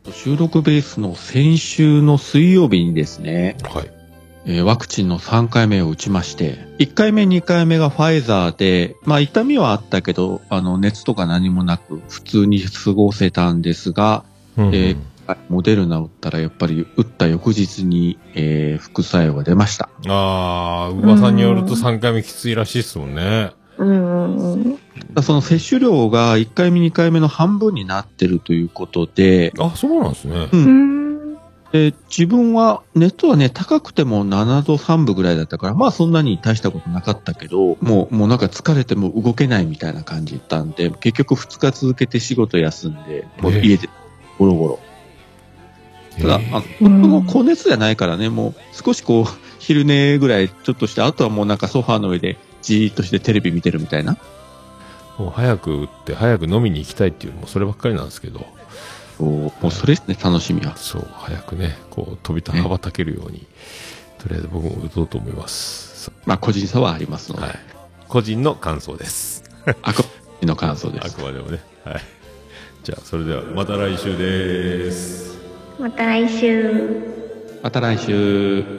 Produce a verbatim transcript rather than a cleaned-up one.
収録ベースの先週の水曜日にですね、 はい。 えーワクチンのさんかいめを打ちまして、いっかいめ、にかいめがファイザーで、まあ痛みはあったけど、あの熱とか何もなく普通に過ごせたんですが、 うんうん、 えーモデルナ打ったらやっぱり打った翌日に、えー副作用が出ました。 ああ、噂によるとさんかいめきついらしいっすもんね。 うんうんうん。 その接種量がいっかいめ、にかいめの半分になってるということで、 あ、そうなんですね。 う。 うんん。 で自分は熱はね、高くてもななどさんぶぐらいだったから、まあそんなに大したことなかったけど、もう、もうなんか疲れても動けないみたいな感じだったんで、結局ふつか続けて仕事休んで、もう家でゴロゴロ。ただ、あの、もう高熱じゃないからね、もう少しこう、昼寝ぐらいちょっとして、あとはもうなんかソファーの上でじーっとしてテレビ見てるみたいな。 もう早く打って早く飲みに行きたいっていうのもそればっかりなんですけど、 そうもうそれですね、楽しみは。 そう早くねこう飛びた羽ばたけるように、とりあえず僕も打とうと思います。 まあ個人差はありますので。 はい、個人の感想です。 あくまでの感想であす。 くまでもね。はい。じゃあそれではまた来週です。 また来週。 また来週。